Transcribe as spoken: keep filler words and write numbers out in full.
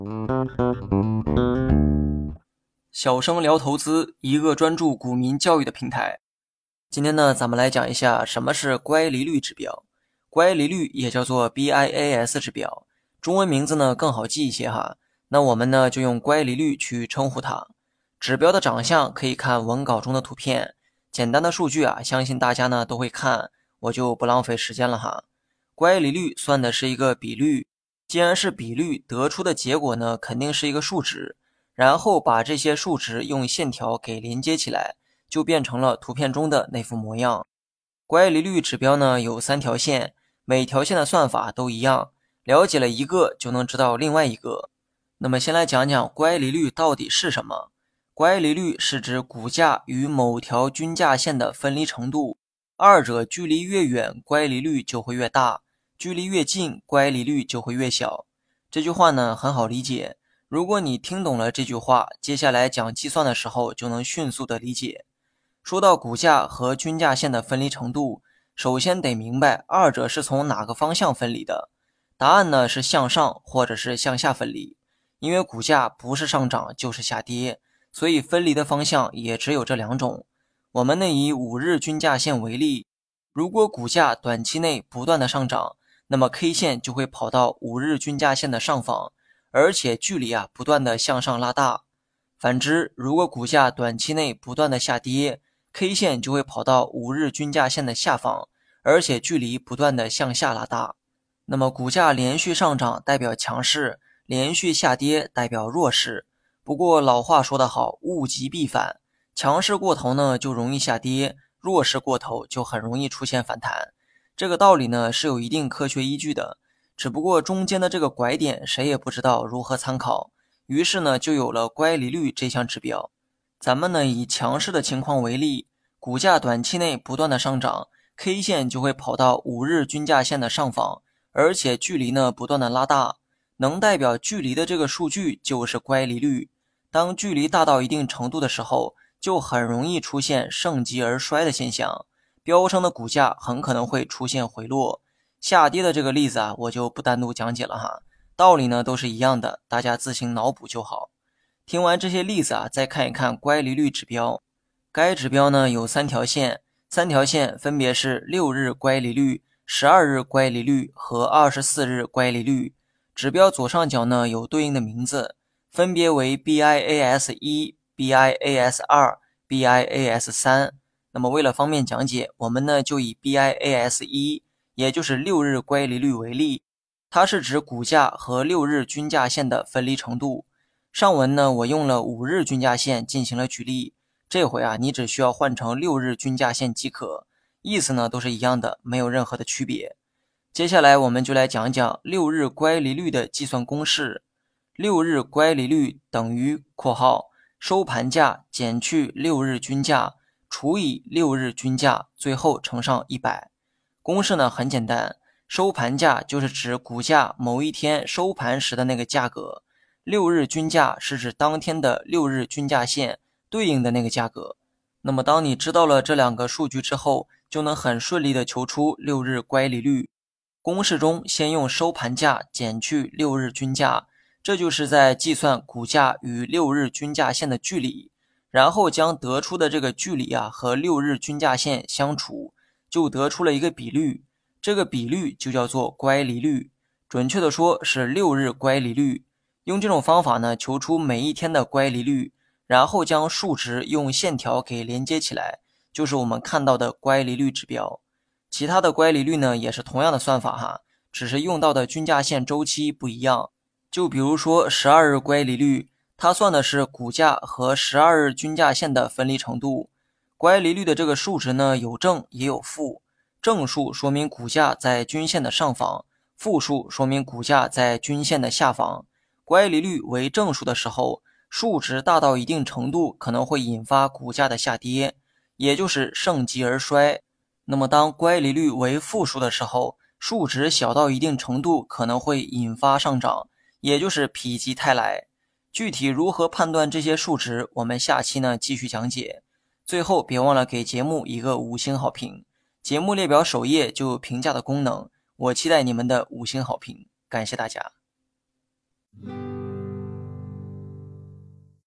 小生聊投资，一个专注股民教育的平台。今天呢，咱们来讲一下什么是乖离率指标。乖离率也叫做 B I A S 指标，中文名字呢更好记一些哈。那我们呢就用乖离率去称呼它。指标的长相可以看文稿中的图片，简单的数据啊，相信大家呢都会看，我就不浪费时间了哈。乖离率算的是一个比率，既然是比率，得出的结果呢肯定是一个数值。然后把这些数值用线条给连接起来，就变成了图片中的那副模样。乖离率指标呢有三条线，每条线的算法都一样，了解了一个就能知道另外一个。那么先来讲讲乖离率到底是什么。乖离率是指股价与某条均价线的分离程度，二者距离越远，乖离率就会越大，距离越近，乖离率就会越小。这句话呢很好理解，如果你听懂了这句话，接下来讲计算的时候就能迅速的理解。说到股价和均价线的分离程度，首先得明白二者是从哪个方向分离的。答案呢是向上或者是向下分离，因为股价不是上涨就是下跌，所以分离的方向也只有这两种。我们呢以五日均价线为例，如果股价短期内不断的上涨，那么 K 线就会跑到五日均价线的上方，而且距离啊不断的向上拉大。反之，如果股价短期内不断的下跌， K 线就会跑到五日均价线的下方，而且距离不断的向下拉大。那么股价连续上涨代表强势，连续下跌代表弱势。不过老话说得好，物极必反，强势过头呢就容易下跌，弱势过头就很容易出现反弹。这个道理呢是有一定科学依据的，只不过中间的这个拐点谁也不知道如何参考，于是呢就有了乖离率这项指标。咱们呢以强势的情况为例，股价短期内不断的上涨， K 线就会跑到五日均价线的上方，而且距离呢不断的拉大，能代表距离的这个数据就是乖离率。当距离大到一定程度的时候，就很容易出现盛极而衰的现象，飙升的股价很可能会出现回落。下跌的这个例子啊，我就不单独讲解了哈，道理呢都是一样的，大家自行脑补就好。听完这些例子啊，再看一看乖离率指标。该指标呢有三条线，三条线分别是六日乖离率、十二日乖离率和二十四日乖离率。指标左上角呢有对应的名字，分别为 B I A S 一、B I A S 二、B I A S 三。那么为了方便讲解，我们呢就以 B I A S 一，也就是六日乖离率为例，它是指股价和六日均价线的分离程度。上文呢我用了五日均价线进行了举例，这回啊你只需要换成六日均价线即可，意思呢都是一样的，没有任何的区别。接下来我们就来讲讲六日乖离率的计算公式。六日乖离率等于括号收盘价减去六日均价除以六日均价，最后乘上一百。公式呢很简单，收盘价就是指股价某一天收盘时的那个价格，六日均价是指当天的六日均价线对应的那个价格。那么当你知道了这两个数据之后，就能很顺利的求出六日乖离率。公式中先用收盘价减去六日均价，这就是在计算股价与六日均价线的距离，然后将得出的这个距离啊和六日均价线相除，就得出了一个比率，这个比率就叫做乖离率，准确的说是六日乖离率。用这种方法呢求出每一天的乖离率，然后将数值用线条给连接起来，就是我们看到的乖离率指标。其他的乖离率呢也是同样的算法哈，只是用到的均价线周期不一样。就比如说十二日乖离率，它算的是股价和十二日均价线的分离程度。乖离率的这个数值呢有正也有负，正数说明股价在均线的上方，负数说明股价在均线的下方。乖离率为正数的时候，数值大到一定程度可能会引发股价的下跌，也就是盛极而衰。那么当乖离率为负数的时候，数值小到一定程度可能会引发上涨，也就是否极泰来。具体如何判断这些数值，我们下期呢继续讲解。最后别忘了给节目一个五星好评，节目列表首页就有评价的功能，我期待你们的五星好评，感谢大家。